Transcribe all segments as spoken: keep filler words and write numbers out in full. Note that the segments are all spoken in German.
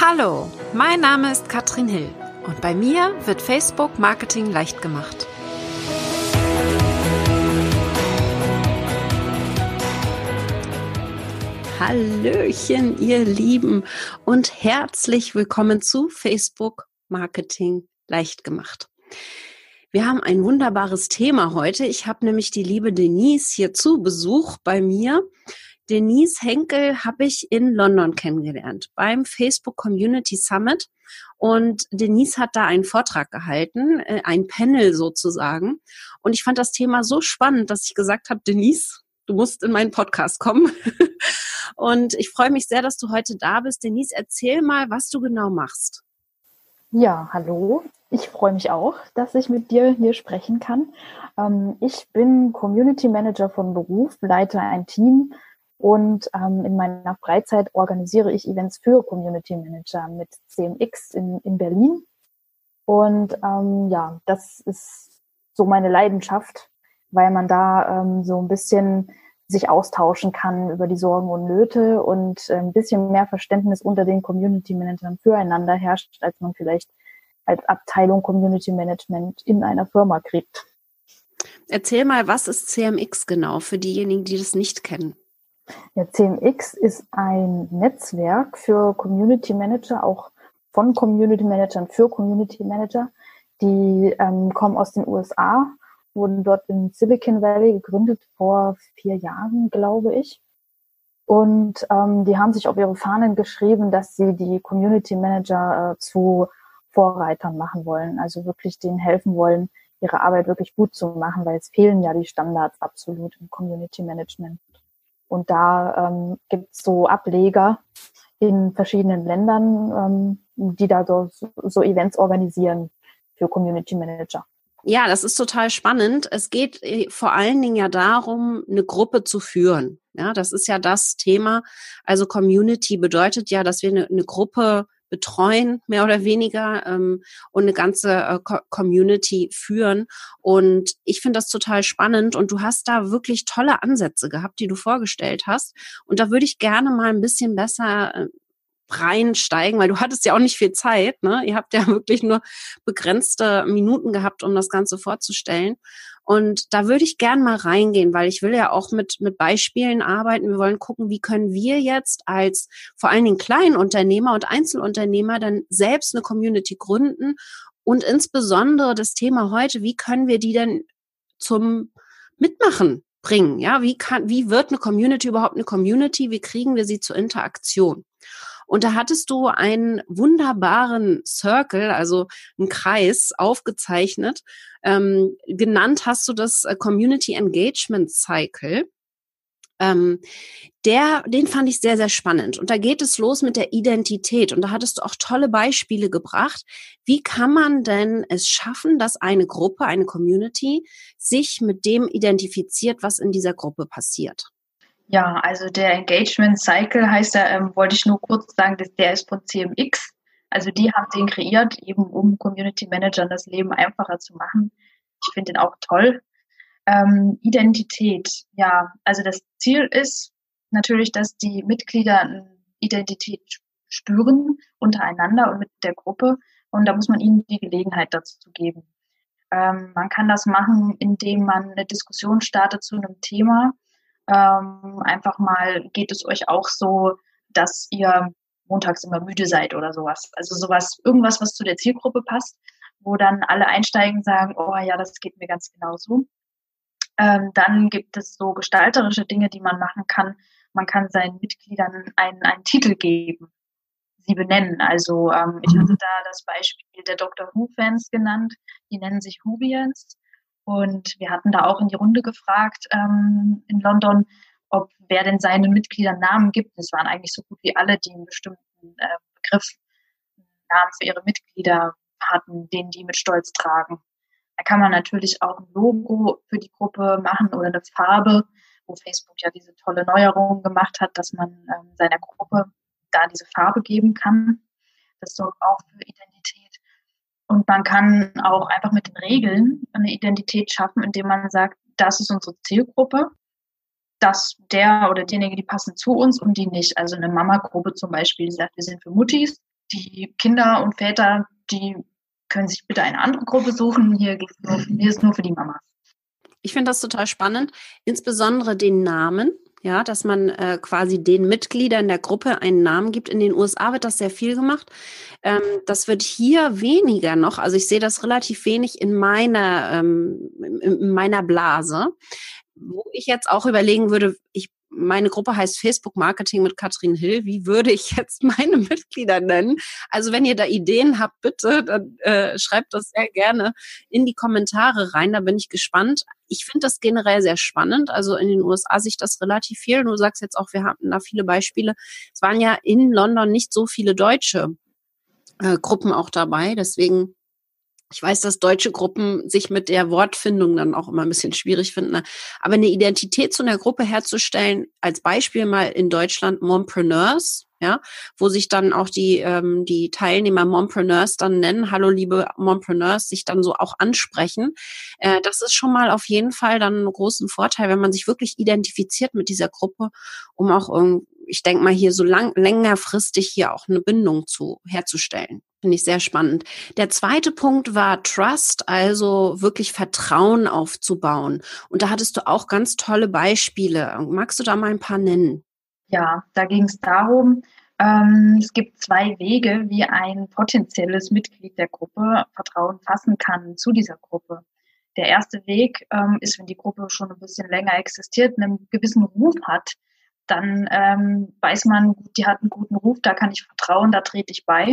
Hallo, mein Name ist Katrin Hill und bei mir wird Facebook Marketing leicht gemacht. Hallöchen, ihr Lieben, und herzlich willkommen zu Facebook Marketing leicht gemacht. Wir haben ein wunderbares Thema heute. Ich habe nämlich die liebe Denise hier zu Besuch bei mir. Denise Henkel habe ich in London kennengelernt beim Facebook Community Summit, und Denise hat da einen Vortrag gehalten, ein Panel sozusagen, und ich fand das Thema so spannend, dass ich gesagt habe, Denise, du musst in meinen Podcast kommen. Und ich freue mich sehr, dass du heute da bist. Denise, erzähl mal, was du genau machst. Ja, hallo. Ich freue mich auch, dass ich mit dir hier sprechen kann. Ich bin Community Manager von Beruf, leite ein Team und in meiner Freizeit organisiere ich Events für Community Manager mit C M X in, in Berlin. Und ähm, ja, das ist so meine Leidenschaft, weil man da ähm, so ein bisschen sich austauschen kann über die Sorgen und Nöte und ein bisschen mehr Verständnis unter den Community Managern füreinander herrscht, als man vielleicht als Abteilung Community Management in einer Firma kriegt. Erzähl mal, was ist C M X genau für diejenigen, die das nicht kennen? Ja, C M X ist ein Netzwerk für Community Manager, auch von Community Managern für Community Manager. Die ähm, kommen aus den U S A, wurden dort in Silicon Valley gegründet vor vier Jahren, glaube ich. Und ähm, die haben sich auf ihre Fahnen geschrieben, dass sie die Community Manager äh, zu Vorreitern machen wollen, also wirklich denen helfen wollen, ihre Arbeit wirklich gut zu machen, weil es fehlen ja die Standards absolut im Community Management. Und da ähm, gibt es so Ableger in verschiedenen Ländern, ähm, die da so, so Events organisieren für Community Manager. Ja, das ist total spannend. Es geht vor allen Dingen ja darum, eine Gruppe zu führen. Ja, das ist ja das Thema. Also Community bedeutet ja, dass wir eine, eine Gruppe betreuen, mehr oder weniger, ähm, und eine ganze äh, Co- Community führen. Und ich finde das total spannend. Und du hast da wirklich tolle Ansätze gehabt, die du vorgestellt hast. Und da würde ich gerne mal ein bisschen besser äh, reinsteigen, weil du hattest ja auch nicht viel Zeit, ne? Ihr habt ja wirklich nur begrenzte Minuten gehabt, um das Ganze vorzustellen. Und da würde ich gern mal reingehen, weil ich will ja auch mit mit Beispielen arbeiten. Wir wollen gucken, wie können wir jetzt als vor allen Dingen Kleinunternehmer und Einzelunternehmer dann selbst eine Community gründen, und insbesondere das Thema heute, wie können wir die denn zum Mitmachen bringen? Ja, wie kann, wie wird eine Community überhaupt eine Community? Wie kriegen wir sie zur Interaktion? Und da hattest du einen wunderbaren Circle, also einen Kreis aufgezeichnet. Ähm, genannt hast du das Community Engagement Cycle. Ähm, der, den fand ich sehr, sehr spannend. Und da geht es los mit der Identität. Und da hattest du auch tolle Beispiele gebracht. Wie kann man denn es schaffen, dass eine Gruppe, eine Community sich mit dem identifiziert, was in dieser Gruppe passiert? Ja, also der Engagement Cycle heißt ja, ähm, wollte ich nur kurz sagen, dass der ist von C M X. Also die haben den kreiert, eben um Community Managern das Leben einfacher zu machen. Ich finde den auch toll. Ähm, Identität, ja, also das Ziel ist natürlich, dass die Mitglieder eine Identität spüren untereinander und mit der Gruppe. Und da muss man ihnen die Gelegenheit dazu geben. Ähm, man kann das machen, indem man eine Diskussion startet zu einem Thema. Ähm, einfach mal, geht es euch auch so, dass ihr montags immer müde seid oder sowas. Also sowas, irgendwas, was zu der Zielgruppe passt, wo dann alle einsteigen und sagen, oh ja, das geht mir ganz genauso. Ähm, dann gibt es so gestalterische Dinge, die man machen kann. Man kann seinen Mitgliedern einen, einen Titel geben, sie benennen. Also ähm, ich hatte da das Beispiel der Doctor Who-Fans genannt, die nennen sich Whovians. Und wir hatten da auch in die Runde gefragt ähm, in London, ob wer denn seinen Mitgliedern Namen gibt. Es waren eigentlich so gut wie alle, die einen bestimmten äh, Begriff, einen Namen für ihre Mitglieder hatten, den die mit Stolz tragen. Da kann man natürlich auch ein Logo für die Gruppe machen oder eine Farbe, wo Facebook ja diese tolle Neuerung gemacht hat, dass man ähm, seiner Gruppe da diese Farbe geben kann. Das sorgt auch für Identität. Und man kann auch einfach mit den Regeln eine Identität schaffen, indem man sagt, das ist unsere Zielgruppe, dass der oder diejenige, die passen zu uns und die nicht. Also eine Mama-Gruppe zum Beispiel, die sagt, wir sind für Muttis die Kinder und Väter, die können sich bitte eine andere Gruppe suchen. Hier geht's nur, hier ist nur für die Mamas. Ich finde das total spannend, insbesondere den Namen, ja, dass man äh, quasi den Mitgliedern der Gruppe einen Namen gibt. In den U S A wird das sehr viel gemacht. Ähm, das wird hier weniger noch. Also ich sehe das relativ wenig in meiner ähm, in, in meiner Blase, wo ich jetzt auch überlegen würde, ich meine Gruppe heißt Facebook Marketing mit Katrin Hill. Wie würde ich jetzt meine Mitglieder nennen? Also wenn ihr da Ideen habt, bitte, dann äh, schreibt das sehr gerne in die Kommentare rein. Da bin ich gespannt. Ich finde das generell sehr spannend. Also in den U S A sehe ich das relativ viel. Du sagst jetzt auch, wir hatten da viele Beispiele. Es waren ja in London nicht so viele deutsche äh, Gruppen auch dabei. Deswegen, ich weiß, dass deutsche Gruppen sich mit der Wortfindung dann auch immer ein bisschen schwierig finden. Aber eine Identität zu einer Gruppe herzustellen, als Beispiel mal in Deutschland Mompreneurs, ja, wo sich dann auch die ähm, die Teilnehmer Mompreneurs dann nennen, hallo liebe Mompreneurs, sich dann so auch ansprechen. Äh, das ist schon mal auf jeden Fall dann einen großen Vorteil, wenn man sich wirklich identifiziert mit dieser Gruppe, um auch irgendwie, ich denke mal hier so lang, längerfristig hier auch eine Bindung zu herzustellen. Finde ich sehr spannend. Der zweite Punkt war Trust, also wirklich Vertrauen aufzubauen. Und da hattest du auch ganz tolle Beispiele. Magst du da mal ein paar nennen? Ja, da ging es darum, ähm, es gibt zwei Wege, wie ein potenzielles Mitglied der Gruppe Vertrauen fassen kann zu dieser Gruppe. Der erste Weg ähm, ist, wenn die Gruppe schon ein bisschen länger existiert, einen gewissen Ruf hat, dann ähm, weiß man, die hat einen guten Ruf, da kann ich vertrauen, da trete ich bei.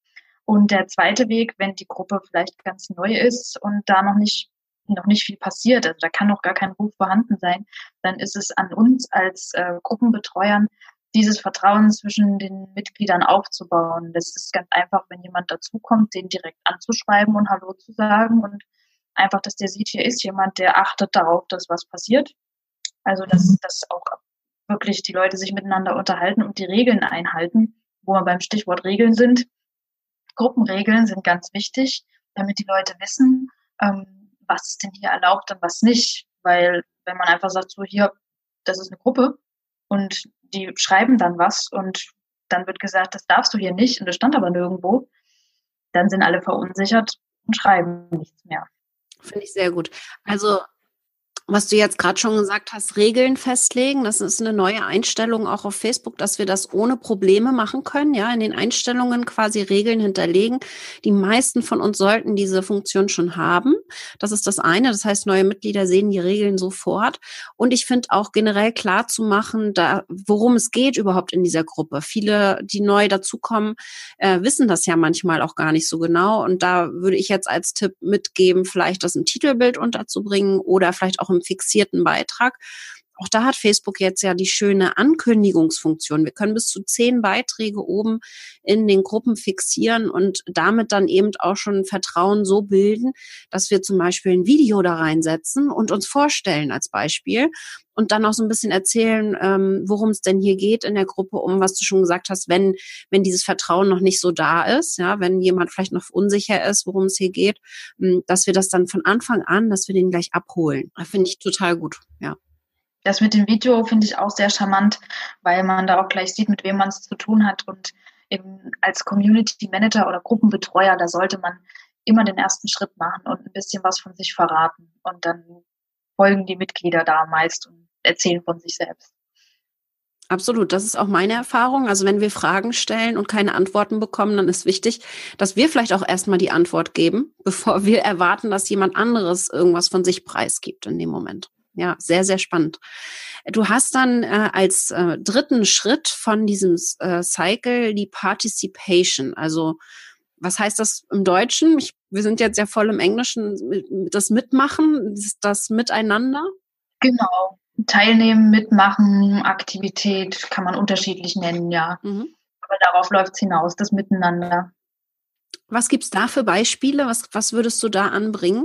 Und der zweite Weg, wenn die Gruppe vielleicht ganz neu ist und da noch nicht noch nicht viel passiert, also da kann noch gar kein Ruf vorhanden sein, dann ist es an uns als äh, Gruppenbetreuern, dieses Vertrauen zwischen den Mitgliedern aufzubauen. Das ist ganz einfach, wenn jemand dazukommt, den direkt anzuschreiben und Hallo zu sagen und einfach, dass der sieht, hier ist jemand, der achtet darauf, dass was passiert. Also dass, dass auch wirklich die Leute sich miteinander unterhalten und die Regeln einhalten, wo wir beim Stichwort Regeln sind. Gruppenregeln sind ganz wichtig, damit die Leute wissen, ähm, was ist denn hier erlaubt und was nicht. Weil wenn man einfach sagt, so hier, das ist eine Gruppe und die schreiben dann was und dann wird gesagt, das darfst du hier nicht und das stand aber nirgendwo, dann sind alle verunsichert und schreiben nichts mehr. Finde ich sehr gut. Also was du jetzt gerade schon gesagt hast, Regeln festlegen, das ist eine neue Einstellung auch auf Facebook, dass wir das ohne Probleme machen können, ja, in den Einstellungen quasi Regeln hinterlegen. Die meisten von uns sollten diese Funktion schon haben. Das ist das eine. Das heißt, neue Mitglieder sehen die Regeln sofort. Und ich finde auch generell klar zu machen, da, worum es geht überhaupt in dieser Gruppe. Viele, die neu dazukommen, äh, wissen das ja manchmal auch gar nicht so genau. Und da würde ich jetzt als Tipp mitgeben, vielleicht das im Titelbild unterzubringen oder vielleicht auch im fixierten Beitrag. Auch da hat Facebook jetzt ja die schöne Ankündigungsfunktion. Wir können bis zu zehn Beiträge oben in den Gruppen fixieren und damit dann eben auch schon Vertrauen so bilden, dass wir zum Beispiel ein Video da reinsetzen und uns vorstellen als Beispiel und dann auch so ein bisschen erzählen, ähm, worum es denn hier geht in der Gruppe, um was du schon gesagt hast, wenn wenn dieses Vertrauen noch nicht so da ist, ja, wenn jemand vielleicht noch unsicher ist, worum es hier geht, dass wir das dann von Anfang an, dass wir den gleich abholen. Das finde ich total gut, ja. Das mit dem Video finde ich auch sehr charmant, weil man da auch gleich sieht, mit wem man es zu tun hat. Und eben als Community Manager oder Gruppenbetreuer, da sollte man immer den ersten Schritt machen und ein bisschen was von sich verraten. Und dann folgen die Mitglieder da meist und erzählen von sich selbst. Absolut, das ist auch meine Erfahrung. Also wenn wir Fragen stellen und keine Antworten bekommen, dann ist wichtig, dass wir vielleicht auch erstmal die Antwort geben, bevor wir erwarten, dass jemand anderes irgendwas von sich preisgibt in dem Moment. Ja, sehr, sehr spannend. Du hast dann äh, als äh, dritten Schritt von diesem äh, Cycle die Participation. Also was heißt das im Deutschen? Ich, wir sind jetzt ja voll im Englischen. Das Mitmachen, das, das Miteinander? Genau. Teilnehmen, mitmachen, Aktivität kann man unterschiedlich nennen, ja. Mhm. Aber darauf läuft es hinaus, das Miteinander. Was gibt's da für Beispiele? Was, was würdest du da anbringen?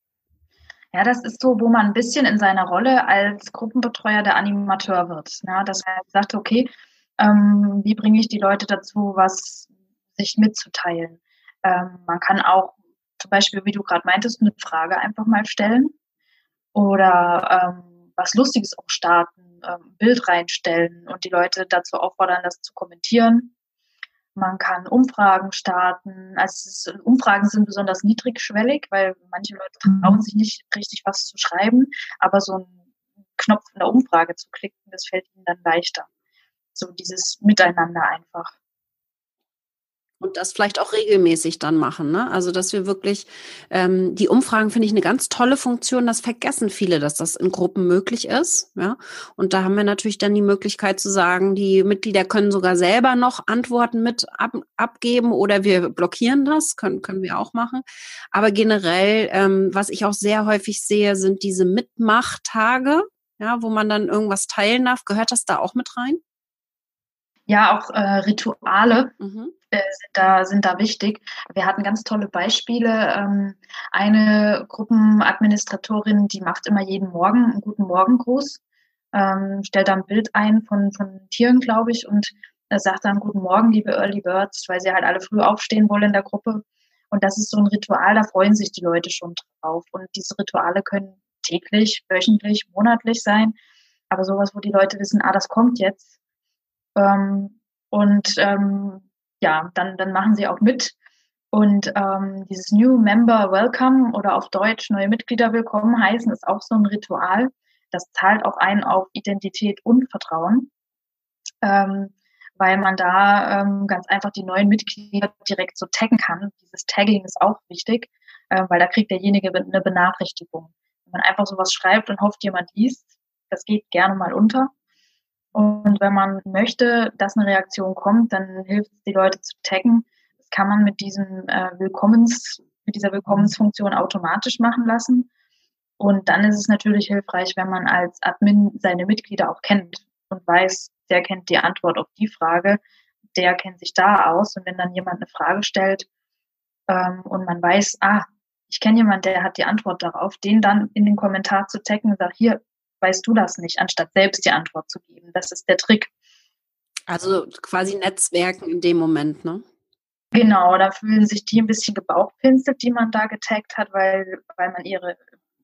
Ja, das ist so, wo man ein bisschen in seiner Rolle als Gruppenbetreuer der Animateur wird. Ja, dass er sagt, okay, ähm, wie bringe ich die Leute dazu, was sich mitzuteilen? Ähm, man kann auch zum Beispiel, wie du gerade meintest, eine Frage einfach mal stellen oder ähm, was Lustiges auch starten, ähm, ein Bild reinstellen und die Leute dazu auffordern, das zu kommentieren. Man kann Umfragen starten. Also es ist, Umfragen sind besonders niedrigschwellig, weil manche Leute trauen sich nicht richtig was zu schreiben, aber so einen Knopf in der Umfrage zu klicken, das fällt ihnen dann leichter. So dieses Miteinander einfach. Und das vielleicht auch regelmäßig dann machen, ne? Also, dass wir wirklich, ähm, die Umfragen finde ich eine ganz tolle Funktion. Das vergessen viele, dass das in Gruppen möglich ist, ja? Und da haben wir natürlich dann die Möglichkeit zu sagen, die Mitglieder können sogar selber noch Antworten mit ab abgeben oder wir blockieren das, können können wir auch machen. Aber generell, ähm, was ich auch sehr häufig sehe, sind diese Mitmachtage, ja, wo man dann irgendwas teilen darf. Gehört das da auch mit rein? Ja, auch äh, Rituale Mhm. äh, sind da, sind da wichtig. Wir hatten ganz tolle Beispiele. Ähm, eine Gruppenadministratorin, die macht immer jeden Morgen einen guten Morgengruß, ähm, stellt da ein Bild ein von, von Tieren, glaube ich, und äh, sagt dann Guten Morgen, liebe Early Birds, weil sie halt alle früh aufstehen wollen in der Gruppe. Und das ist so ein Ritual, da freuen sich die Leute schon drauf. Und diese Rituale können täglich, wöchentlich, monatlich sein. Aber sowas, wo die Leute wissen, ah, das kommt jetzt. Ähm, und ähm, ja, dann, dann machen sie auch mit. Und ähm, dieses New Member Welcome oder auf Deutsch neue Mitglieder willkommen heißen, ist auch so ein Ritual. Das zahlt auch ein auf Identität und Vertrauen, ähm, weil man da ähm, ganz einfach die neuen Mitglieder direkt so taggen kann. Dieses Tagging ist auch wichtig, äh, weil da kriegt derjenige eine Benachrichtigung. Wenn man einfach sowas schreibt und hofft, jemand liest, das geht gerne mal unter. Und wenn man möchte, dass eine Reaktion kommt, dann hilft es, die Leute zu taggen. Das kann man mit diesem äh, Willkommens, mit dieser Willkommensfunktion automatisch machen lassen. Und dann ist es natürlich hilfreich, wenn man als Admin seine Mitglieder auch kennt und weiß, der kennt die Antwort auf die Frage, der kennt sich da aus. Und wenn dann jemand eine Frage stellt ähm, und man weiß, ah, ich kenne jemanden, der hat die Antwort darauf, den dann in den Kommentar zu taggen und sagt, hier, weißt du das nicht, anstatt selbst die Antwort zu geben. Das ist der Trick. Also quasi Netzwerken in dem Moment, ne? Genau, da fühlen sich die ein bisschen gebauchpinselt, die man da getaggt hat, weil, weil man ihre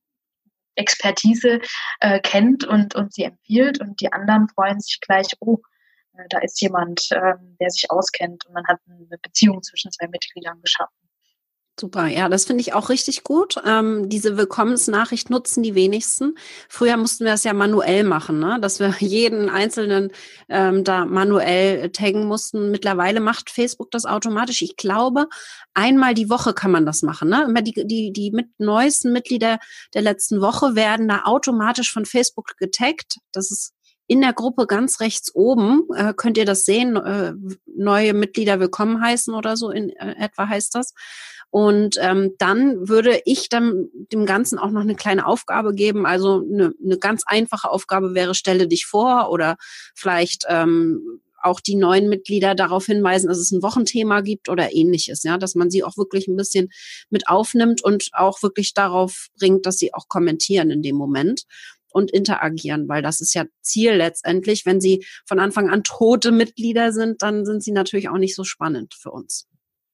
Expertise äh, kennt und, und sie empfiehlt. Und die anderen freuen sich gleich, oh, äh, da ist jemand, äh, der sich auskennt und man hat eine Beziehung zwischen zwei Mitgliedern geschaffen. Super, ja, das finde ich auch richtig gut. Ähm, diese Willkommensnachricht nutzen die wenigsten. Früher mussten wir das ja manuell machen, ne? Dass wir jeden Einzelnen ähm, da manuell taggen mussten. Mittlerweile macht Facebook das automatisch. Ich glaube, einmal die Woche kann man das machen, ne? Immer die, die, die mit neuesten Mitglieder der letzten Woche werden da automatisch von Facebook getaggt. Das ist in der Gruppe ganz rechts oben, äh, könnt ihr das sehen, äh, neue Mitglieder willkommen heißen oder so in äh, etwa heißt das. Und ähm, dann würde ich dann dem Ganzen auch noch eine kleine Aufgabe geben. Also eine, eine ganz einfache Aufgabe wäre, stelle dich vor oder vielleicht ähm, auch die neuen Mitglieder darauf hinweisen, dass es ein Wochenthema gibt oder ähnliches, ja, dass man sie auch wirklich ein bisschen mit aufnimmt und auch wirklich darauf bringt, dass sie auch kommentieren in dem Moment und interagieren, weil das ist ja Ziel letztendlich. Wenn sie von Anfang an tote Mitglieder sind, dann sind sie natürlich auch nicht so spannend für uns.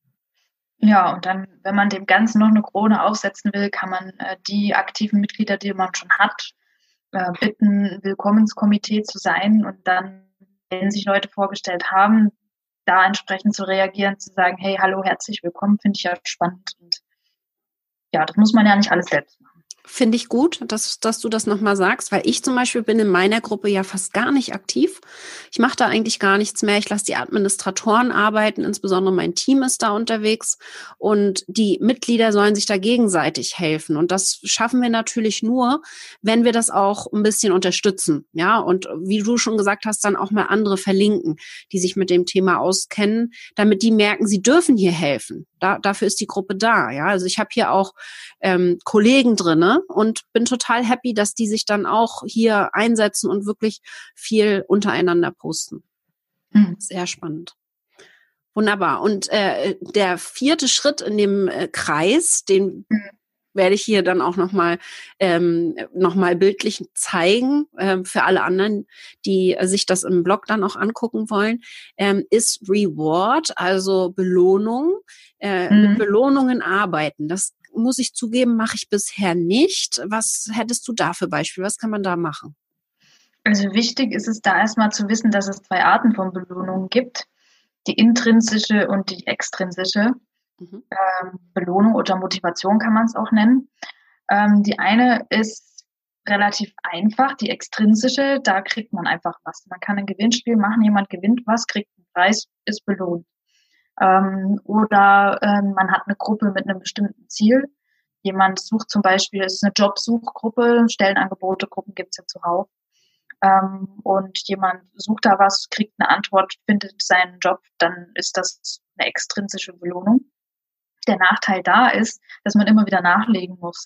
Ja, und dann, wenn man dem Ganzen noch eine Krone aufsetzen will, kann man äh, die aktiven Mitglieder, die man schon hat, äh, bitten, Willkommenskomitee zu sein und dann, wenn sich Leute vorgestellt haben, da entsprechend zu reagieren, zu sagen, hey, hallo, herzlich willkommen, finde ich ja spannend. Und ja, das muss man ja nicht alles selbst machen. Finde ich gut, dass, dass du das nochmal sagst, weil ich zum Beispiel bin in meiner Gruppe ja fast gar nicht aktiv. Ich mache da eigentlich gar nichts mehr. Ich lasse die Administratoren arbeiten, insbesondere mein Team ist da unterwegs und die Mitglieder sollen sich da gegenseitig helfen. Und das schaffen wir natürlich nur, wenn wir das auch ein bisschen unterstützen. Ja, und wie du schon gesagt hast, dann auch mal andere verlinken, die sich mit dem Thema auskennen, damit die merken, sie dürfen hier helfen. Da, dafür ist die Gruppe da. Ja, also ich habe hier auch ähm, Kollegen drinne und bin total happy, dass die sich dann auch hier einsetzen und wirklich viel untereinander posten. Mhm. Sehr spannend. Wunderbar. Und äh, der vierte Schritt in dem äh, Kreis, den mhm. werde ich hier dann auch nochmal ähm, noch mal bildlich zeigen äh, für alle anderen, die äh, sich das im Blog dann auch angucken wollen, ähm, ist Reward, also Belohnung, äh, mhm. mit Belohnungen arbeiten. Das muss ich zugeben, mache ich bisher nicht. Was hättest du da für Beispiele? Was kann man da machen? Also wichtig ist es da erstmal zu wissen, dass es zwei Arten von Belohnungen gibt. die intrinsische und die extrinsische Mhm. ähm, Belohnung oder Motivation kann man es auch nennen. Ähm, die eine ist relativ einfach, die extrinsische, da kriegt man einfach was. Man kann ein Gewinnspiel machen, jemand gewinnt was, kriegt einen Preis, ist belohnt. Ähm, oder ähm, man hat eine Gruppe mit einem bestimmten Ziel. Jemand sucht zum Beispiel, es ist eine Jobsuchgruppe, Stellenangebote, Gruppen gibt es ja zuhauf. Ähm, und jemand sucht da was, kriegt eine Antwort, findet seinen Job, dann ist das eine extrinsische Belohnung. Der Nachteil da ist, dass man immer wieder nachlegen muss.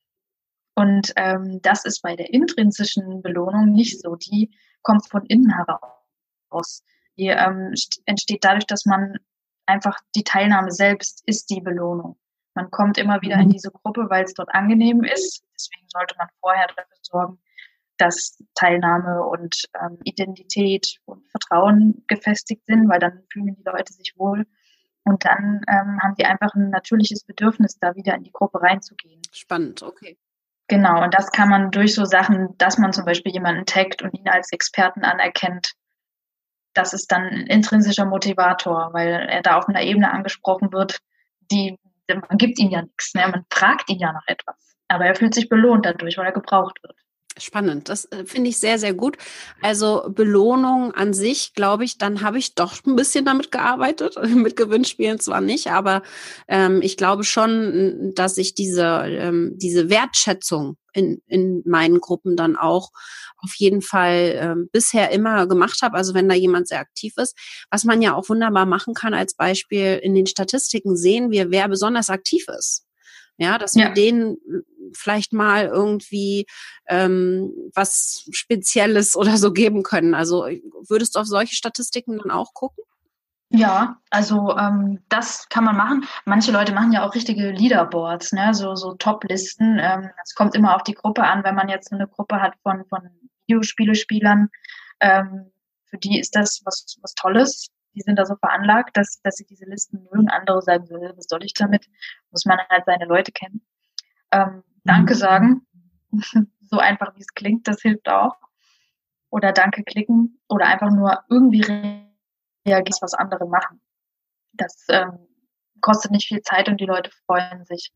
Und ähm, das ist bei der intrinsischen Belohnung nicht so. Die kommt von innen heraus. Die ähm, entsteht dadurch, dass man einfach die Teilnahme selbst ist die Belohnung. Man kommt immer wieder in diese Gruppe, weil es dort angenehm ist. Deswegen sollte man vorher dafür sorgen, dass Teilnahme und ähm, Identität und Vertrauen gefestigt sind, weil dann fühlen die Leute sich wohl. Und dann ähm, haben die einfach ein natürliches Bedürfnis, da wieder in die Gruppe reinzugehen. Spannend, okay. Genau, und das kann man durch so Sachen, dass man zum Beispiel jemanden taggt und ihn als Experten anerkennt, das ist dann ein intrinsischer Motivator, weil er da auf einer Ebene angesprochen wird, die, man gibt ihm ja nichts, ne? Man fragt ihn ja nach etwas. Aber er fühlt sich belohnt dadurch, weil er gebraucht wird. Spannend, das äh, finde ich sehr, sehr gut. Also Belohnung an sich, glaube ich, dann habe ich doch ein bisschen damit gearbeitet, mit Gewinnspielen zwar nicht, aber ähm, ich glaube schon, dass ich diese, ähm, diese Wertschätzung in, in meinen Gruppen dann auch auf jeden Fall ähm, bisher immer gemacht habe. Also wenn da jemand sehr aktiv ist, was man ja auch wunderbar machen kann als Beispiel in den Statistiken sehen wir, wer besonders aktiv ist. Ja, dass wir Ja. denen vielleicht mal irgendwie ähm, was Spezielles oder so geben können. Also würdest du auf solche Statistiken dann auch gucken? Ja, also ähm, das kann man machen. Manche Leute machen ja auch richtige Leaderboards, ne? So, so Top-Listen. Ähm, es kommt immer auf die Gruppe an. Wenn man jetzt so eine Gruppe hat von, von Videospielespielern, ähm, für die ist das was, was Tolles. Die sind da so veranlagt, dass, dass sie diese Listen mögen. Andere sagen so, was soll ich damit? Muss man halt seine Leute kennen. Ähm, Danke sagen, so einfach wie es klingt, das hilft auch. Oder Danke klicken oder einfach nur irgendwie reagieren, was andere machen. Das ähm, kostet nicht viel Zeit und die Leute freuen sich.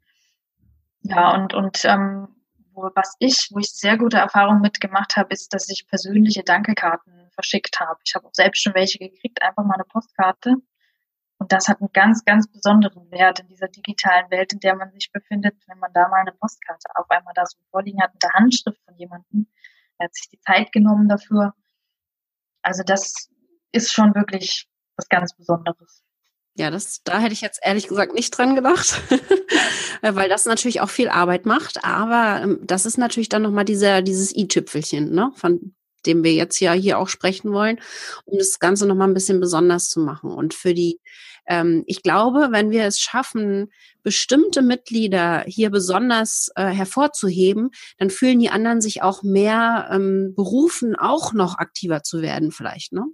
Ja, und, und ähm, wo, was ich, wo ich sehr gute Erfahrungen mitgemacht habe, ist, dass ich persönliche Dankekarten verschickt habe. Ich habe auch selbst schon welche gekriegt, einfach mal eine Postkarte. Und das hat einen ganz, ganz besonderen Wert in dieser digitalen Welt, in der man sich befindet, wenn man da mal eine Postkarte auf einmal da so vorliegen hat mit der Handschrift von jemandem. Er hat sich die Zeit genommen dafür. Also das ist schon wirklich was ganz Besonderes. Ja, das, da hätte ich jetzt ehrlich gesagt nicht dran gedacht, weil das natürlich auch viel Arbeit macht. Aber ähm, das ist natürlich dann nochmal dieser, dieses i-Tüpfelchen, ne, von dem wir jetzt ja hier auch sprechen wollen, um das Ganze nochmal ein bisschen besonders zu machen. Und für die, ähm, ich glaube, wenn wir es schaffen, bestimmte Mitglieder hier besonders äh, hervorzuheben, dann fühlen die anderen sich auch mehr ähm, berufen, auch noch aktiver zu werden vielleicht, ne?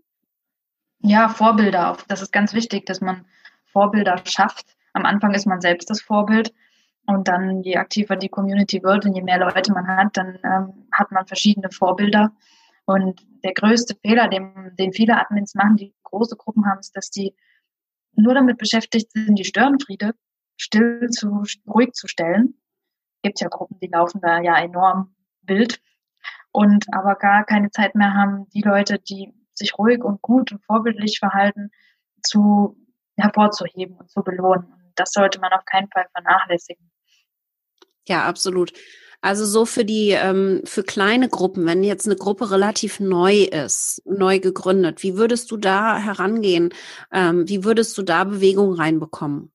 Ja, Vorbilder, das ist ganz wichtig, dass man Vorbilder schafft. Am Anfang ist man selbst das Vorbild und dann, je aktiver die Community wird und je mehr Leute man hat, dann ähm, hat man verschiedene Vorbilder. Und der größte Fehler, den, den viele Admins machen, die große Gruppen haben, ist, dass die nur damit beschäftigt sind, die Störenfriede still zu, ruhig zu stellen. Gibt ja Gruppen, die laufen da ja enorm wild und aber gar keine Zeit mehr haben, die Leute, die sich ruhig und gut und vorbildlich verhalten, zu hervorzuheben und zu belohnen. Und das sollte man auf keinen Fall vernachlässigen. Ja, absolut. Also so für die, ähm, für kleine Gruppen, wenn jetzt eine Gruppe relativ neu ist, neu gegründet, wie würdest du da herangehen? Ähm, wie würdest du da Bewegung reinbekommen?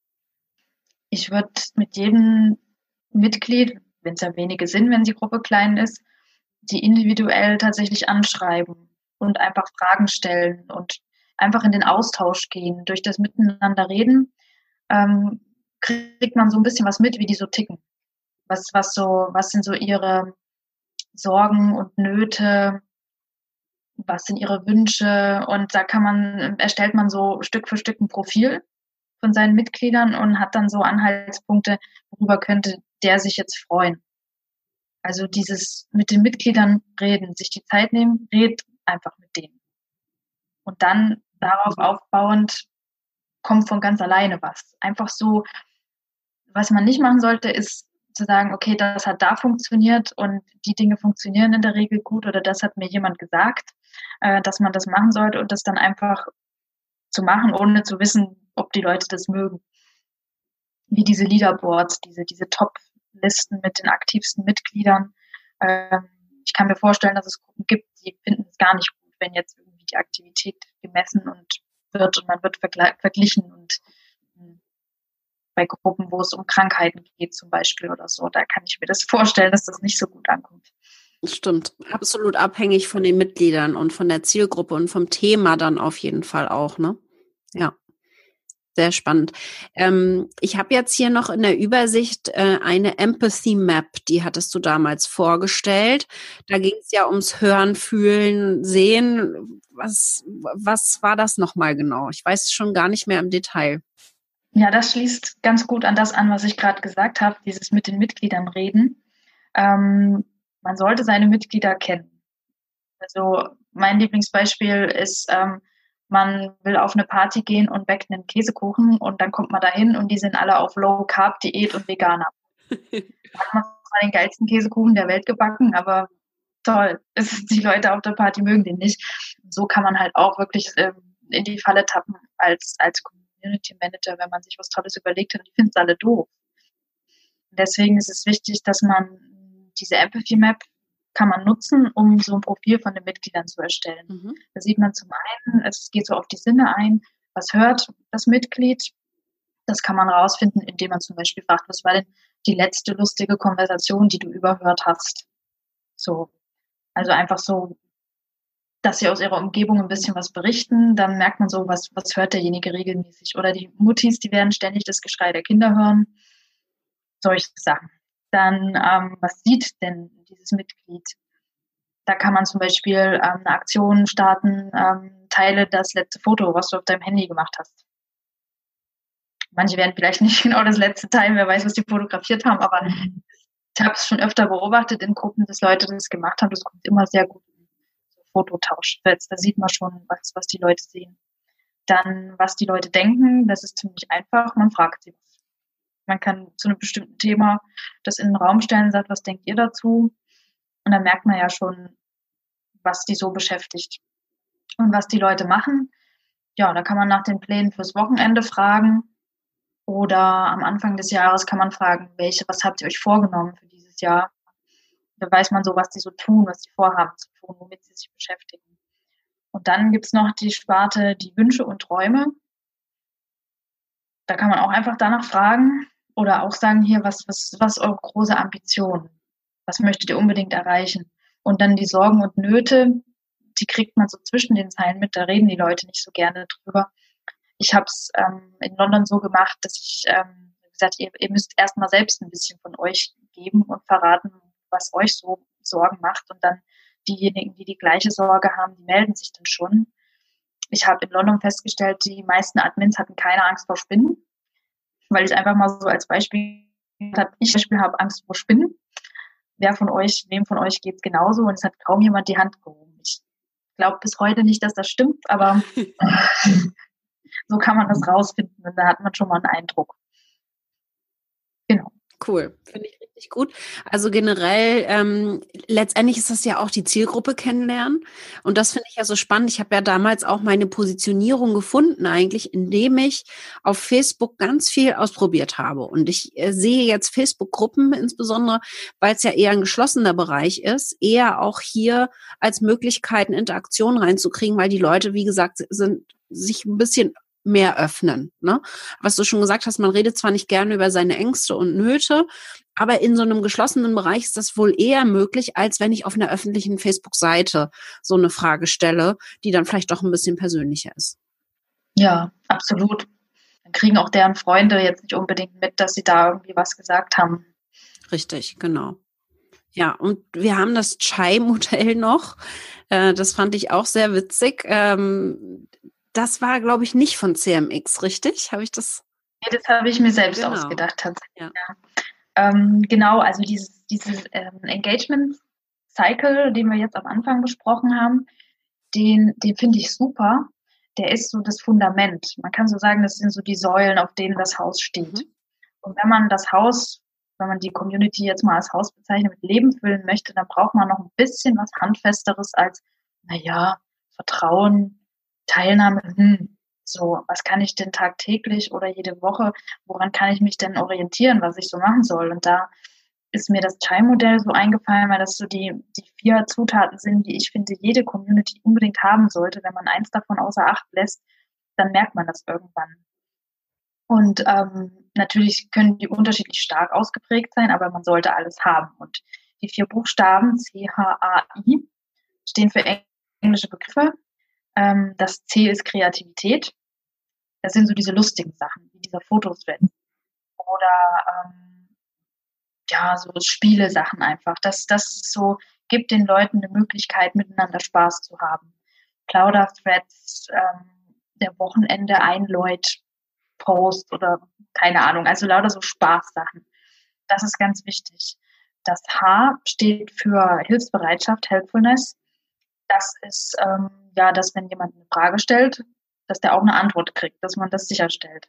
Ich würde mit jedem Mitglied, wenn es ja wenige sind, wenn die Gruppe klein ist, die individuell tatsächlich anschreiben und einfach Fragen stellen und einfach in den Austausch gehen. Durch das Miteinander reden ähm, kriegt man so ein bisschen was mit, wie die so ticken. Was, was so, was sind so ihre Sorgen und Nöte? Was sind ihre Wünsche? Und da kann man, erstellt man so Stück für Stück ein Profil von seinen Mitgliedern und hat dann so Anhaltspunkte, worüber könnte der sich jetzt freuen. Also dieses mit den Mitgliedern reden, sich die Zeit nehmen, red einfach mit denen. Und dann darauf aufbauend kommt von ganz alleine was. Einfach so, was man nicht machen sollte, ist zu sagen, okay, das hat da funktioniert und die Dinge funktionieren in der Regel gut oder das hat mir jemand gesagt, äh, dass man das machen sollte und das dann einfach zu machen, ohne zu wissen, ob die Leute das mögen. Wie diese Leaderboards, diese, diese Top-Listen mit den aktivsten Mitgliedern. Ähm, ich kann mir vorstellen, dass es Gruppen gibt, die finden es gar nicht gut, wenn jetzt irgendwie die Aktivität gemessen und wird und man wird vergle- verglichen und mh, bei Gruppen, wo es um Krankheiten geht zum Beispiel oder so, da kann ich mir das vorstellen, dass das nicht so gut ankommt. Stimmt, absolut abhängig von den Mitgliedern und von der Zielgruppe und vom Thema dann auf jeden Fall auch, ne? Ja, sehr spannend. Ähm, ich habe jetzt hier noch in der Übersicht äh, eine Empathy Map, die hattest du damals vorgestellt. Da ging es ja ums Hören, Fühlen, Sehen. Was, was war das nochmal genau? Ich weiß es schon gar nicht mehr im Detail. Ja, das schließt ganz gut an das an, was ich gerade gesagt habe, dieses mit den Mitgliedern reden. Ähm, man sollte seine Mitglieder kennen. Also mein Lieblingsbeispiel ist, ähm, man will auf eine Party gehen und backt einen Käsekuchen und dann kommt man dahin und die sind alle auf Low-Carb-Diät und Veganer. Dann hat man zwar den geilsten Käsekuchen der Welt gebacken, aber toll, es, die Leute auf der Party mögen den nicht. Und so kann man halt auch wirklich ähm, in die Falle tappen als, als Community Manager, wenn man sich was Tolles überlegt hat und die finden es alle doof. Und deswegen ist es wichtig, dass man diese Empathy Map kann man nutzen, um so ein Profil von den Mitgliedern zu erstellen. Mhm. Da sieht man zum einen, es geht so auf die Sinne ein, was hört das Mitglied? Das kann man rausfinden, indem man zum Beispiel fragt, was war denn die letzte lustige Konversation, die du überhört hast? So, also einfach so, dass sie aus ihrer Umgebung ein bisschen was berichten, dann merkt man so, was, was hört derjenige regelmäßig. Oder die Muttis, die werden ständig das Geschrei der Kinder hören. Solche Sachen. Dann, ähm, was sieht denn dieses Mitglied? Da kann man zum Beispiel ähm, eine Aktion starten, ähm, teile das letzte Foto, was du auf deinem Handy gemacht hast. Manche werden vielleicht nicht genau das letzte teilen, wer weiß, was die fotografiert haben, aber ich habe es schon öfter beobachtet in Gruppen, dass Leute das gemacht haben. Das kommt immer sehr gut in so Fototausch. Da sieht man schon, was, was die Leute sehen. Dann, was die Leute denken, das ist ziemlich einfach. Man fragt sie was. Man kann zu einem bestimmten Thema das in den Raum stellen und sagt, was denkt ihr dazu? Und dann merkt man ja schon, was die so beschäftigt und was die Leute machen. Ja, da kann man nach den Plänen fürs Wochenende fragen oder am Anfang des Jahres kann man fragen, welche, was habt ihr euch vorgenommen für dieses Jahr? Da weiß man so, was die so tun, was die vorhaben zu tun, womit sie sich beschäftigen. Und dann gibt's noch die Sparte, die Wünsche und Träume. Da kann man auch einfach danach fragen oder auch sagen, hier, was, was, was ist eure große Ambition? Was möchtet ihr unbedingt erreichen? Und dann die Sorgen und Nöte, die kriegt man so zwischen den Zeilen mit, da reden die Leute nicht so gerne drüber. Ich habe es ähm, in London so gemacht, dass ich ähm, gesagt, ihr, ihr müsst erstmal selbst ein bisschen von euch geben und verraten, was euch so Sorgen macht. Und dann diejenigen, die die gleiche Sorge haben, die melden sich dann schon. Ich habe in London festgestellt, die meisten Admins hatten keine Angst vor Spinnen, weil ich einfach mal so als Beispiel habe, ich zum Beispiel habe Angst vor Spinnen. Wer von euch, wem von euch geht's genauso? Und es hat kaum jemand die Hand gehoben. Ich glaube bis heute nicht, dass das stimmt, aber so kann man das rausfinden und da hat man schon mal einen Eindruck. Genau. Cool, finde ich richtig gut. Also generell, ähm, letztendlich ist das ja auch die Zielgruppe kennenlernen und das finde ich ja so spannend. Ich habe ja damals auch meine Positionierung gefunden eigentlich, indem ich auf Facebook ganz viel ausprobiert habe und ich äh, sehe jetzt Facebook-Gruppen insbesondere, weil es ja eher ein geschlossener Bereich ist, eher auch hier als Möglichkeit, eine Interaktion reinzukriegen, weil die Leute, wie gesagt, sind sich ein bisschen mehr öffnen, ne? Was du schon gesagt hast, man redet zwar nicht gerne über seine Ängste und Nöte, aber in so einem geschlossenen Bereich ist das wohl eher möglich, als wenn ich auf einer öffentlichen Facebook-Seite so eine Frage stelle, die dann vielleicht doch ein bisschen persönlicher ist. Ja, absolut. Dann kriegen auch deren Freunde jetzt nicht unbedingt mit, dass sie da irgendwie was gesagt haben. Richtig, genau. Ja, und wir haben das Chai-Modell noch. Das fand ich auch sehr witzig. Das war, glaube ich, nicht von C M X, richtig? Habe ich das? Nee, das habe ich mir selbst genau. ausgedacht tatsächlich. Ja. Ja. Ähm, genau, also dieses, dieses ähm, Engagement Cycle, den wir jetzt am Anfang besprochen haben, den, den finde ich super, der ist so das Fundament. Man kann so sagen, das sind so die Säulen, auf denen das Haus steht. Mhm. Und wenn man das Haus, wenn man die Community jetzt mal als Haus bezeichnet, mit Leben füllen möchte, dann braucht man noch ein bisschen was Handfesteres als, naja, Vertrauen, Teilnahme, hm, so, was kann ich denn tagtäglich oder jede Woche, woran kann ich mich denn orientieren, was ich so machen soll? Und da ist mir das Chai-Modell so eingefallen, weil das so die, die vier Zutaten sind, die ich finde, jede Community unbedingt haben sollte. Wenn man eins davon außer Acht lässt, dann merkt man das irgendwann. Und ähm, natürlich können die unterschiedlich stark ausgeprägt sein, aber man sollte alles haben. Und die vier Buchstaben C H A I stehen für englische Begriffe. Ähm, das C ist Kreativität. Das sind so diese lustigen Sachen, wie dieser Fotothread. Oder ähm, ja, so Spiele-Sachen einfach. Das, das so gibt den Leuten eine Möglichkeit, miteinander Spaß zu haben. Plauder-Threads, ähm, der Wochenende einläut Post oder keine Ahnung, also lauter so Spaßsachen. Das ist ganz wichtig. Das H steht für Hilfsbereitschaft, Helpfulness. Das ist, ähm, ja, dass wenn jemand eine Frage stellt, dass der auch eine Antwort kriegt, dass man das sicherstellt.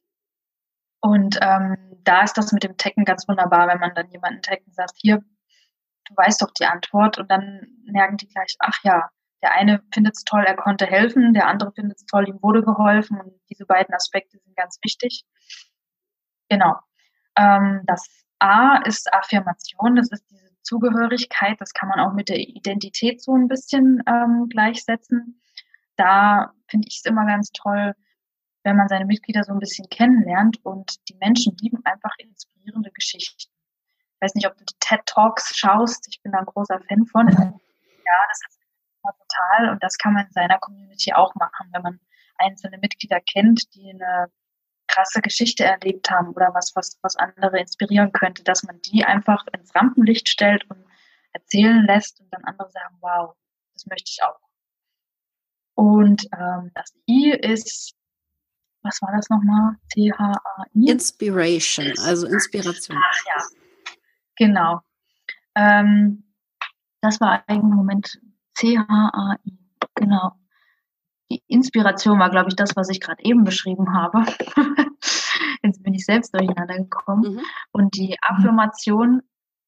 Und ähm, da ist das mit dem Taggen ganz wunderbar, wenn man dann jemanden taggt und sagt, hier, du weißt doch die Antwort, und dann merken die gleich, ach ja, der eine findet es toll, er konnte helfen, der andere findet es toll, ihm wurde geholfen, und diese beiden Aspekte sind ganz wichtig. Genau. Ähm, das A ist Affirmation, das ist diese Zugehörigkeit, das kann man auch mit der Identität so ein bisschen ähm, gleichsetzen. Da finde ich es immer ganz toll, wenn man seine Mitglieder so ein bisschen kennenlernt, und die Menschen lieben einfach inspirierende Geschichten. Ich weiß nicht, ob du die TED Talks schaust, ich bin da ein großer Fan von. Ja, das ist total, und das kann man in seiner Community auch machen, wenn man einzelne Mitglieder kennt, die eine krasse Geschichte erlebt haben oder was, was, was andere inspirieren könnte, dass man die einfach ins Rampenlicht stellt und erzählen lässt und dann andere sagen, wow, das möchte ich auch. Und ähm, das I ist, was war das nochmal? C H A I? Inspiration, also Inspiration. Ach ja, genau. Ähm, das war eigentlich im Moment C H A I, genau. Die Inspiration war, glaube ich, das, was ich gerade eben beschrieben habe. Jetzt bin ich selbst durcheinander gekommen. Mhm. Und die Affirmation,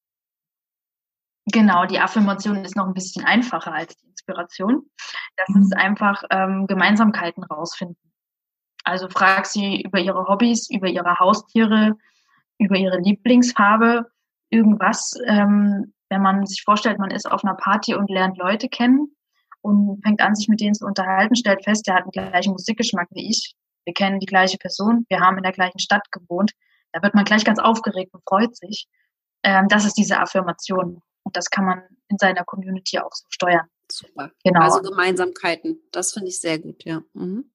genau, die Affirmation ist noch ein bisschen einfacher als die Inspiration. Das mhm. ist einfach ähm, Gemeinsamkeiten rausfinden. Also frag sie über ihre Hobbys, über ihre Haustiere, über ihre Lieblingsfarbe, irgendwas. Ähm, wenn man sich vorstellt, man ist auf einer Party und lernt Leute kennen und fängt an, sich mit denen zu unterhalten, stellt fest, der hat den gleichen Musikgeschmack wie ich. Wir kennen die gleiche Person, wir haben in der gleichen Stadt gewohnt. Da wird man gleich ganz aufgeregt und freut sich. Ähm, das ist diese Affirmation. Und das kann man in seiner Community auch so steuern. Super. Genau. Also Gemeinsamkeiten, das finde ich sehr gut, ja. Mhm.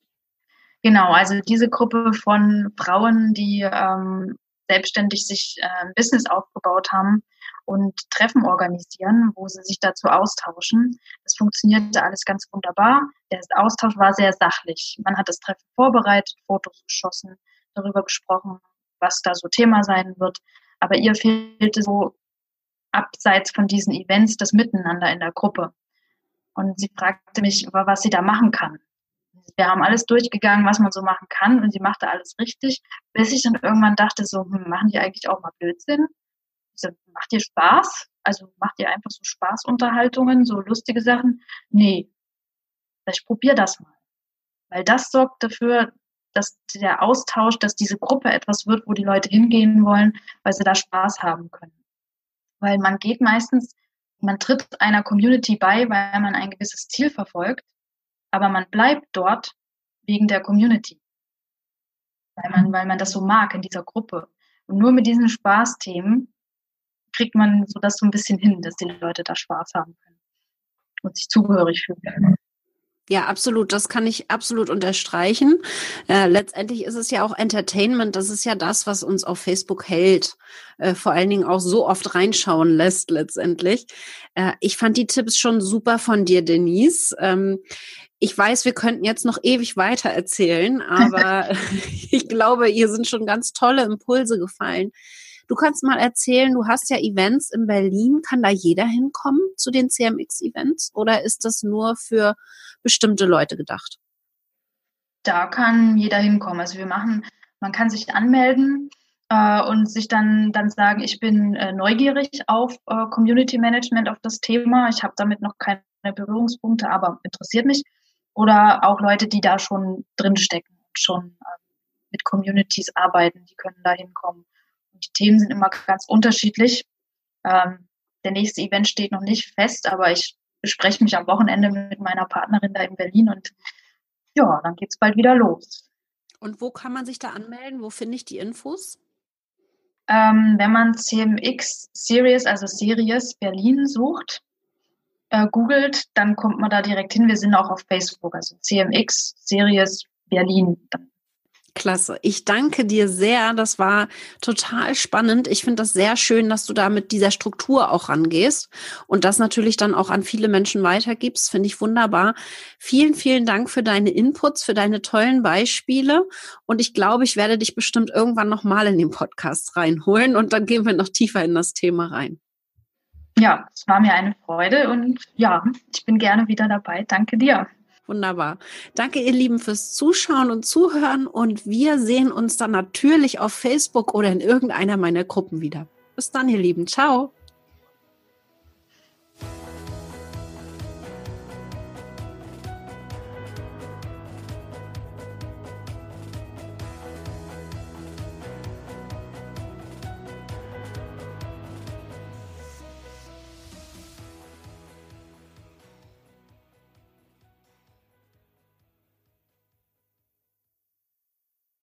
Genau, also diese Gruppe von Frauen, die ähm, selbstständig sich äh, ein Business aufgebaut haben und Treffen organisieren, wo sie sich dazu austauschen. Das funktionierte alles ganz wunderbar. Der Austausch war sehr sachlich. Man hat das Treffen vorbereitet, Fotos geschossen, darüber gesprochen, was da so Thema sein wird. Aber ihr fehlte so abseits von diesen Events das Miteinander in der Gruppe. Und sie fragte mich, was sie da machen kann. Wir haben alles durchgegangen, was man so machen kann, und sie machte alles richtig, bis ich dann irgendwann dachte, so, hm, machen die eigentlich auch mal Blödsinn? Ich so, macht ihr Spaß? Also macht ihr einfach so Spaßunterhaltungen, so lustige Sachen? Nee, ich probiere das mal. Weil das sorgt dafür, dass der Austausch, dass diese Gruppe etwas wird, wo die Leute hingehen wollen, weil sie da Spaß haben können. Weil man geht meistens, man tritt einer Community bei, weil man ein gewisses Ziel verfolgt, aber man bleibt dort wegen der Community, weil man, weil man das so mag in dieser Gruppe. Und nur mit diesen Spaßthemen kriegt man so das so ein bisschen hin, dass die Leute da Spaß haben können und sich zugehörig fühlen. Ja, absolut. Das kann ich absolut unterstreichen. Äh, letztendlich ist es ja auch Entertainment. Das ist ja das, was uns auf Facebook hält. Äh, vor allen Dingen auch so oft reinschauen lässt letztendlich. Äh, ich fand die Tipps schon super von dir, Denise. Ähm, ich weiß, wir könnten jetzt noch ewig weiter erzählen, aber ich glaube, hier sind schon ganz tolle Impulse gefallen. Du kannst mal erzählen, du hast ja Events in Berlin. Kann da jeder hinkommen zu den C M X-Events oder ist das nur für bestimmte Leute gedacht? Da kann jeder hinkommen. Also wir machen, man kann sich anmelden äh, und sich dann, dann sagen, ich bin äh, neugierig auf äh, Community Management, auf das Thema. Ich habe damit noch keine Berührungspunkte, aber interessiert mich. Oder auch Leute, die da schon drinstecken und schon äh, mit Communities arbeiten, die können da hinkommen. Und die Themen sind immer ganz unterschiedlich. Ähm, der nächste Event steht noch nicht fest, aber ich bespreche mich am Wochenende mit meiner Partnerin da in Berlin und ja, dann geht's bald wieder los. Und wo kann man sich da anmelden? Wo finde ich die Infos? Ähm, wenn man C M X Series, also Series Berlin sucht, äh, googelt, dann kommt man da direkt hin. Wir sind auch auf Facebook, also C M X Series Berlin. Klasse. Ich danke dir sehr. Das war total spannend. Ich finde das sehr schön, dass du da mit dieser Struktur auch rangehst und das natürlich dann auch an viele Menschen weitergibst. Finde ich wunderbar. Vielen, vielen Dank für deine Inputs, für deine tollen Beispiele. Und ich glaube, ich werde dich bestimmt irgendwann nochmal in den Podcast reinholen und dann gehen wir noch tiefer in das Thema rein. Ja, es war mir eine Freude und ja, ich bin gerne wieder dabei. Danke dir. Wunderbar. Danke, ihr Lieben, fürs Zuschauen und Zuhören und wir sehen uns dann natürlich auf Facebook oder in irgendeiner meiner Gruppen wieder. Bis dann, ihr Lieben. Ciao.